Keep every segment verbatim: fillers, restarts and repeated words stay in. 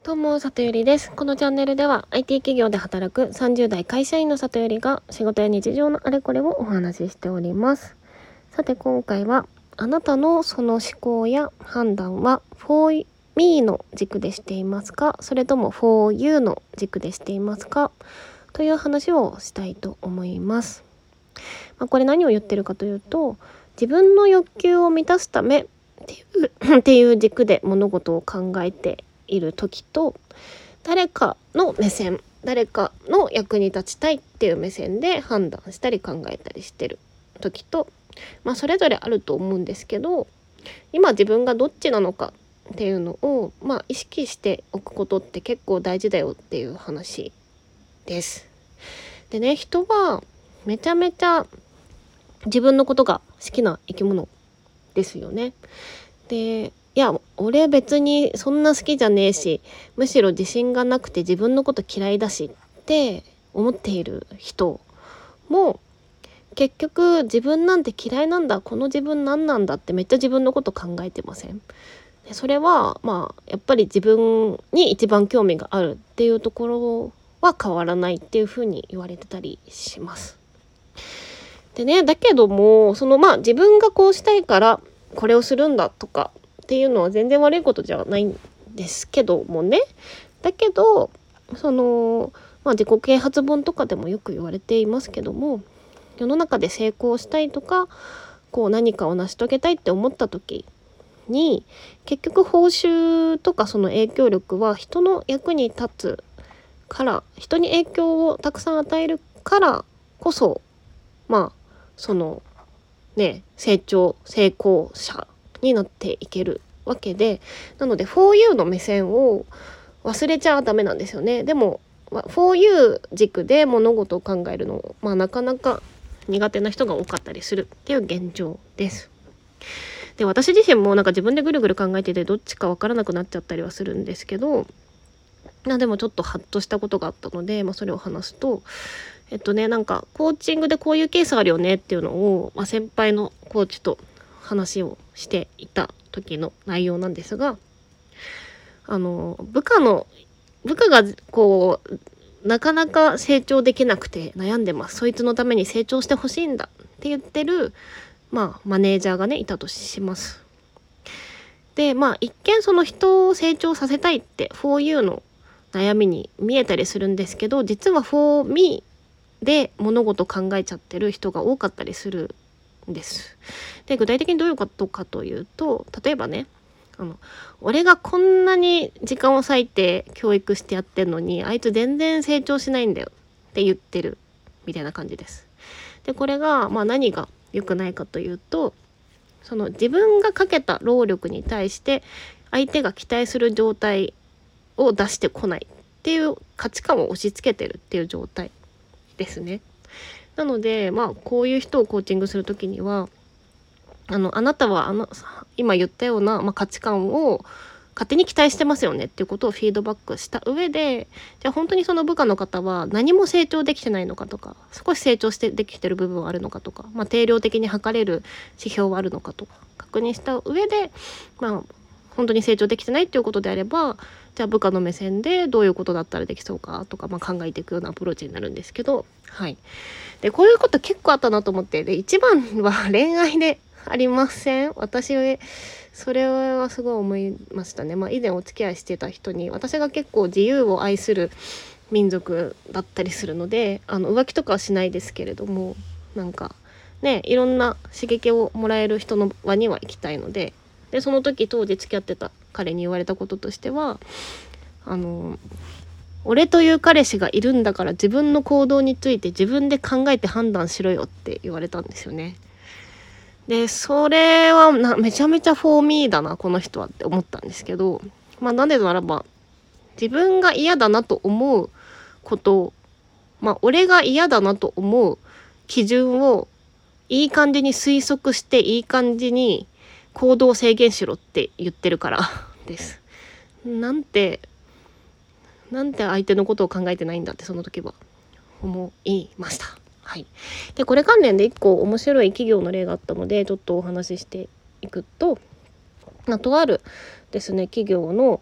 どうも、里よりです。このチャンネルでは アイティー 企業で働くさんじゅう代会社員の里よりが仕事や日常のあれこれをお話ししております。さて今回は、あなたのその思考や判断は for me の軸でしていますか、それとも for you の軸でしていますかという話をしたいと思います。まあ、これ何を言ってるかというと、自分の欲求を満たすためっていうっていう軸で物事を考えている時と、誰かの目線、誰かの役に立ちたいっていう目線で判断したり考えたりしてる時と、まあそれぞれあると思うんですけど、今自分がどっちなのかっていうのをまあ意識しておくことって結構大事だよっていう話です。でね、人はめちゃめちゃ自分のことが好きな生き物ですよね。で、いや俺別にそんな好きじゃねえし、むしろ自信がなくて自分のこと嫌いだしって思っている人も、結局自分なんて嫌いなんだ、この自分なんなんだってめっちゃ自分のこと考えてません？でそれはまあやっぱり自分に一番興味があるっていうところは変わらないっていうふうに言われてたりします。でね、だけどもそのまあ自分がこうしたいからこれをするんだとかっていうのは全然悪いことじゃないんですけどもね。だけどその、まあ、自己啓発本とかでもよく言われていますけども、世の中で成功したいとかこう何かを成し遂げたいって思った時に、結局報酬とかその影響力は人の役に立つから、人に影響をたくさん与えるからこそ、まあそのね成長成功者になっていけるわけで、なので for you の目線を忘れちゃダメなんですよね。でも for you 軸で物事を考えるの、まあなかなか苦手な人が多かったりするっていう現状です。で、私自身もなんか自分でぐるぐる考えててどっちかわからなくなっちゃったりはするんですけど、でもちょっとハッとしたことがあったので、まあ、それを話すと、えっとねなんかコーチングでこういうケースあるよねっていうのを、まあ、先輩のコーチと話をしていた時の内容なんですが、あの部下の部下がこうなかなか成長できなくて悩んでます、そいつのために成長してほしいんだって言ってる、まあ、マネージャーがねいたとします。でまあ一見その人を成長させたいって for you の悩みに見えたりするんですけど、実は for me で物事考えちゃってる人が多かったりするんです。で具体的にどういうことかというと、例えばね、あの俺がこんなに時間を割いて教育してやってんのにあいつ全然成長しないんだよって言ってるみたいな感じです。でこれがまあ何が良くないかというと、その自分がかけた労力に対して相手が期待する状態を出してこないっていう価値観を押し付けてるっていう状態ですね。なのでまあこういう人をコーチングするときには、あのあなたはあの今言ったような、まあ、価値観を勝手に期待してますよねっていうことをフィードバックした上で、じゃあ本当にその部下の方は何も成長できてないのかとか、少し成長してできてる部分はあるのかとか、まあ、定量的に測れる指標はあるのかとか確認した上で、まあ本当に成長できてないっていうことであれば、じゃあ部下の目線でどういうことだったらできそうかとか、まあ、考えていくようなアプローチになるんですけど、はい。でこういうこと結構あったなと思って、で一番は恋愛でありません？私それはすごい思いましたね。まあ以前お付き合いしてた人に、私が結構自由を愛する民族だったりするので、あの浮気とかはしないですけれども、なんかねいろんな刺激をもらえる人の輪には行きたいので、でその時当時付き合ってた彼に言われたこととしては、あの俺という彼氏がいるんだから自分の行動について自分で考えて判断しろよって言われたんですよね。でそれはなめちゃめちゃフォーミーだなこの人はって思ったんですけど、まあなんでならば自分が嫌だなと思うことを、まあ俺が嫌だなと思う基準をいい感じに推測していい感じに行動を制限しろって言ってるからです。なんてなんて相手のことを考えてないんだってその時は思いました。はい。でこれ関連で一個面白い企業の例があったのでちょっとお話ししていくと、まあ、とあるですね企業の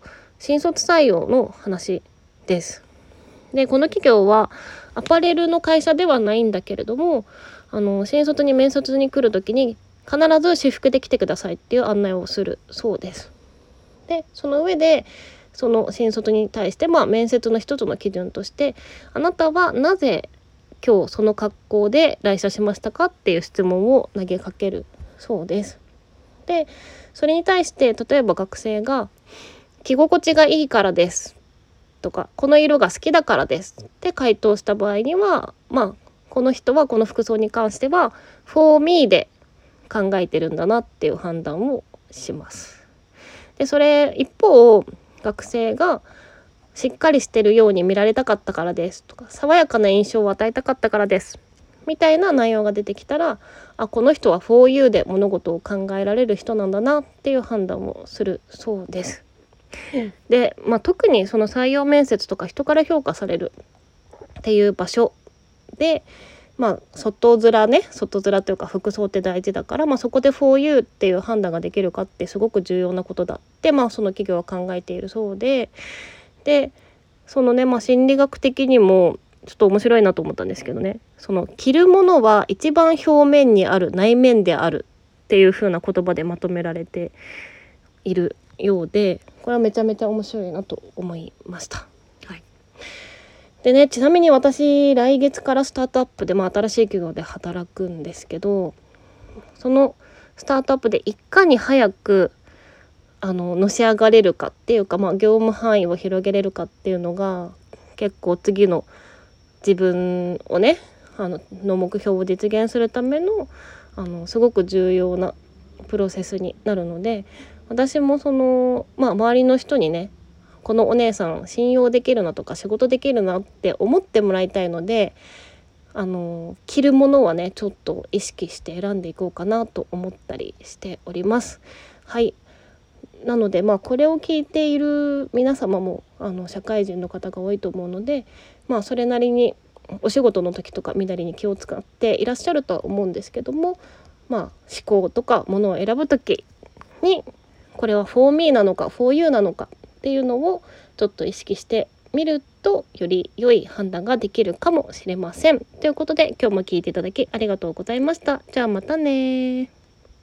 新卒採用の話です。でこの企業はアパレルの会社ではないんだけれども、あの新卒に面接に来る時に必ず私服で来てくださいっていう案内をするそうです。でその上でその新卒に対して、まあ、面接の一つの基準として、あなたはなぜ今日その格好で来社しましたかっていう質問を投げかけるそうです。でそれに対して例えば学生が着心地がいいからですとか、この色が好きだからですって回答した場合には、まあこの人はこの服装に関しては for me で考えてるんだなっていう判断をします。でそれ一方、学生がしっかりしてるように見られたかったからですとか、爽やかな印象を与えたかったからですみたいな内容が出てきたら、あこの人は for you で物事を考えられる人なんだなっていう判断をするそうです。で、まあ、特にその採用面接とか人から評価されるっていう場所で、まあ、外面ね外面というか服装って大事だから、まあ、そこで for you っていう判断ができるかってすごく重要なことだって、まあ、その企業は考えているそうで、でそのね、まあ、心理学的にもちょっと面白いなと思ったんですけどね、その着るものは一番表面にある内面であるっていう風な言葉でまとめられているようで、これはめちゃめちゃ面白いなと思いました。はい、でね、ちなみに私来月からスタートアップで、まあ、新しい企業で働くんですけど、そのスタートアップでいかに早くあののし上がれるかっていうか、まあ、業務範囲を広げれるかっていうのが結構次の自分をねあのの目標を実現するためのあのすごく重要なプロセスになるので、私もその、まあ、周りの人にねこのお姉さん信用できるなとか仕事できるなって思ってもらいたいので、あの着るものはねちょっと意識して選んでいこうかなと思ったりしております。はい、なので、まあ、これを聞いている皆様もあの社会人の方が多いと思うので、まあ、それなりにお仕事の時とか身なりに気を使っていらっしゃるとは思うんですけども、まあ、思考とかものを選ぶ時にこれは for me なのか for you なのかっていうのをちょっと意識してみるとより良い判断ができるかもしれません。ということで今日も聞いていただきありがとうございました。じゃあまたね。